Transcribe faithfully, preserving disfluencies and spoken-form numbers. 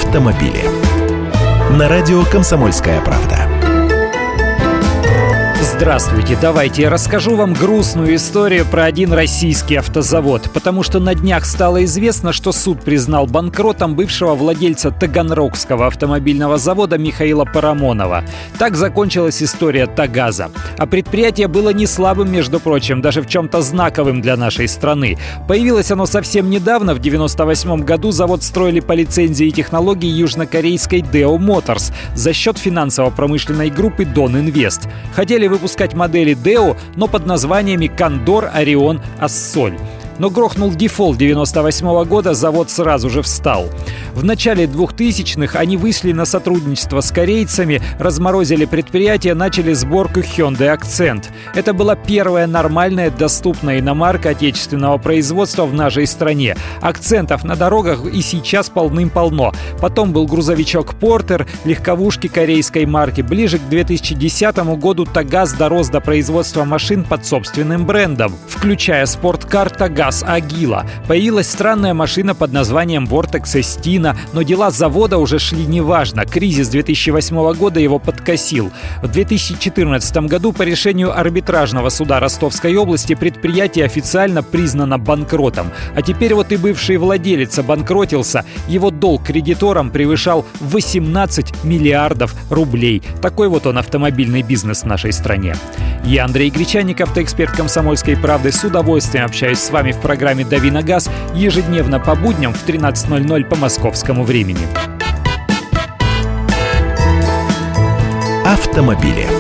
автомобили. На радио «Комсомольская правда». Здравствуйте, давайте я расскажу вам грустную историю про один российский автозавод, потому что на днях стало известно, что суд признал банкротом бывшего владельца Таганрогского автомобильного завода Михаила Парамонова. Так закончилась история Тагаза. А предприятие было не слабым, между прочим, даже в чем-то знаковым для нашей страны. Появилось оно совсем недавно, в девяносто восьмом году завод строили по лицензии и технологии южнокорейской Daewoo Motors за счет финансово-промышленной группы Донинвест. Хотели выпускать модели Daewoo, но под названиями Кондор, Орион, Ассоль. Но грохнул дефолт девяносто восьмого года, завод сразу же встал. В начале двухтысячных они вышли на сотрудничество с корейцами, разморозили предприятие, начали сборку Hyundai Accent. Это была первая нормальная, доступная иномарка отечественного производства в нашей стране. Акцентов на дорогах и сейчас полным-полно. Потом был грузовичок Porter, легковушки корейской марки. Ближе к две тысячи десятому году Тагаз дорос до производства машин под собственным брендом, включая спорткар Тагаз Агила. Появилась странная машина под названием Vortex Estina, но дела завода уже шли неважно. Кризис две тысячи восьмого года его подкосил. В две тысячи четырнадцатом году по решению арбитражного суда Ростовской области предприятие официально признано банкротом. А теперь вот и бывший владелец обанкротился. Его долг кредиторам превышал восемнадцать миллиардов рублей. Такой вот он автомобильный бизнес в нашей стране. Я Андрей Гречанник, автоэксперт «Комсомольской правды». С удовольствием общаюсь с вами в программе «Дави на газ» ежедневно по будням в тринадцать ноль ноль по московскому времени. Автомобили.